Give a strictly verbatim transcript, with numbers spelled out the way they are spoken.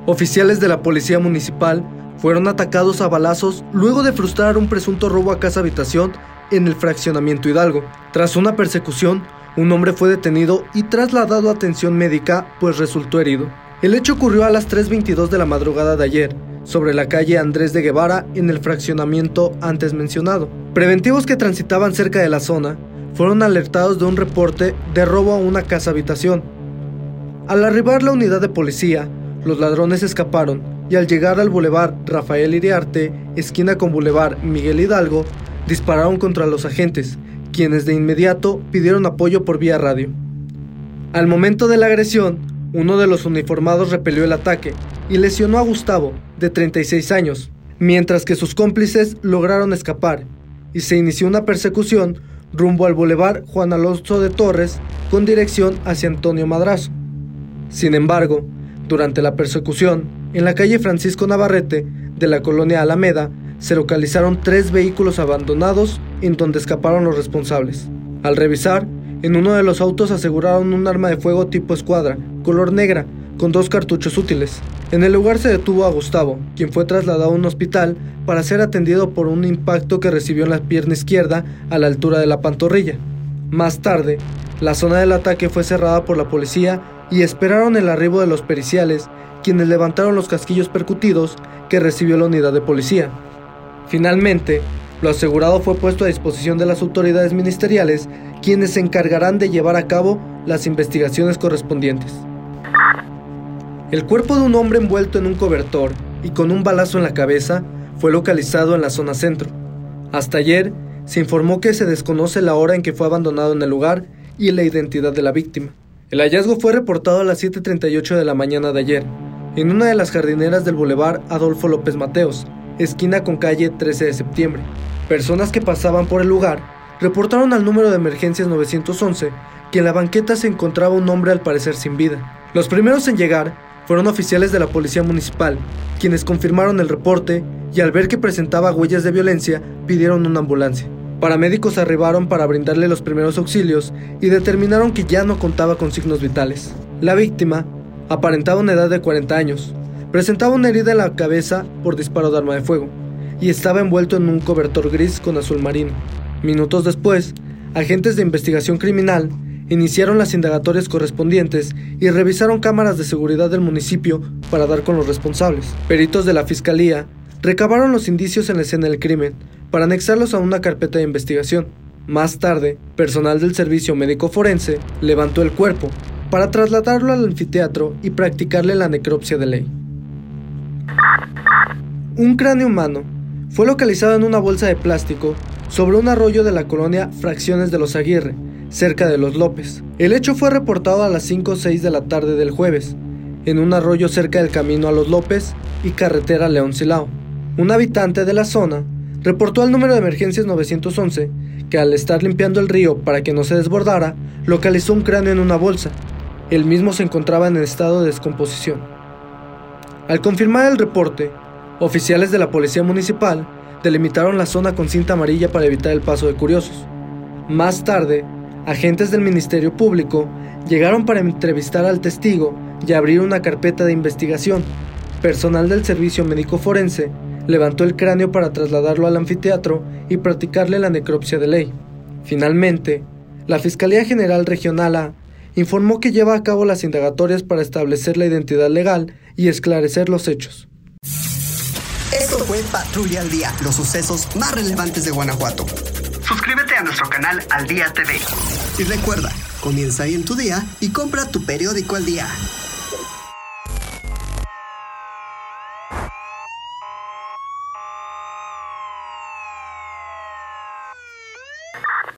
Oficiales de la policía municipal fueron atacados a balazos luego de frustrar un presunto robo a casa-habitación en el fraccionamiento Hidalgo. Tras una persecución, un hombre fue detenido y trasladado a atención médica, pues resultó herido. El hecho ocurrió a las tres veintidós de la madrugada de ayer, sobre la calle Andrés de Guevara, en el fraccionamiento antes mencionado. Preventivos que transitaban cerca de la zona fueron alertados de un reporte de robo a una casa-habitación. Al arribar la unidad de policía, los ladrones escaparon y al llegar al Boulevard Rafael Iriarte, esquina con Boulevard Miguel Hidalgo, dispararon contra los agentes, quienes de inmediato pidieron apoyo por vía radio. Al momento de la agresión, uno de los uniformados repelió el ataque y lesionó a Gustavo, de treinta y seis años, mientras que sus cómplices lograron escapar y se inició una persecución rumbo al Boulevard Juan Alonso de Torres con dirección hacia Antonio Madrazo. Sin embargo, durante la persecución, en la calle Francisco Navarrete de la colonia Alameda, se localizaron tres vehículos abandonados en donde escaparon los responsables. Al revisar, en uno de los autos aseguraron un arma de fuego tipo escuadra, color negra, con dos cartuchos útiles. En el lugar se detuvo a Gustavo, quien fue trasladado a un hospital para ser atendido por un impacto que recibió en la pierna izquierda a la altura de la pantorrilla. Más tarde, la zona del ataque fue cerrada por la policía y esperaron el arribo de los periciales, quienes levantaron los casquillos percutidos que recibió la unidad de policía. Finalmente, lo asegurado fue puesto a disposición de las autoridades ministeriales, quienes se encargarán de llevar a cabo las investigaciones correspondientes. El cuerpo de un hombre envuelto en un cobertor y con un balazo en la cabeza fue localizado en la zona centro. Hasta ayer se informó que se desconoce la hora en que fue abandonado en el lugar y la identidad de la víctima. El hallazgo fue reportado a las siete treinta y ocho de la mañana de ayer, en una de las jardineras del Boulevard Adolfo López Mateos, esquina con calle trece de septiembre. Personas que pasaban por el lugar reportaron al número de emergencias nueve once que en la banqueta se encontraba un hombre al parecer sin vida. Los primeros en llegar fueron oficiales de la policía municipal, quienes confirmaron el reporte y al ver que presentaba huellas de violencia, pidieron una ambulancia. Paramédicos arribaron para brindarle los primeros auxilios y determinaron que ya no contaba con signos vitales. La víctima aparentaba una edad de cuarenta años, presentaba una herida en la cabeza por disparo de arma de fuego y estaba envuelto en un cobertor gris con azul marino. Minutos después, agentes de investigación criminal iniciaron las indagatorias correspondientes y revisaron cámaras de seguridad del municipio para dar con los responsables. Peritos de la fiscalía recabaron los indicios en la escena del crimen para anexarlos a una carpeta de investigación. Más tarde, personal del servicio médico forense levantó el cuerpo para trasladarlo al anfiteatro y practicarle la necropsia de ley. Un cráneo humano fue localizado en una bolsa de plástico sobre un arroyo de la colonia Fracciones de los Aguirre, cerca de Los López. El hecho fue reportado a las cinco o seis de la tarde del jueves, en un arroyo cerca del camino a Los López y carretera León-Silao. Un habitante de la zona reportó al número de emergencias nueve once que al estar limpiando el río para que no se desbordara, localizó un cráneo en una bolsa. El mismo se encontraba en estado de descomposición. Al confirmar el reporte, oficiales de la policía municipal delimitaron la zona con cinta amarilla para evitar el paso de curiosos. Más tarde, agentes del Ministerio Público llegaron para entrevistar al testigo y abrir una carpeta de investigación. Personal del servicio médico forense levantó el cráneo para trasladarlo al anfiteatro y practicarle la necropsia de ley. Finalmente, la Fiscalía General Regional A informó que lleva a cabo las indagatorias para establecer la identidad legal y esclarecer los hechos. Esto fue Patrulla al Día, los sucesos más relevantes de Guanajuato. Suscríbete a nuestro canal Al Día T V. Y recuerda, comienza ahí en tu día y compra tu periódico al día.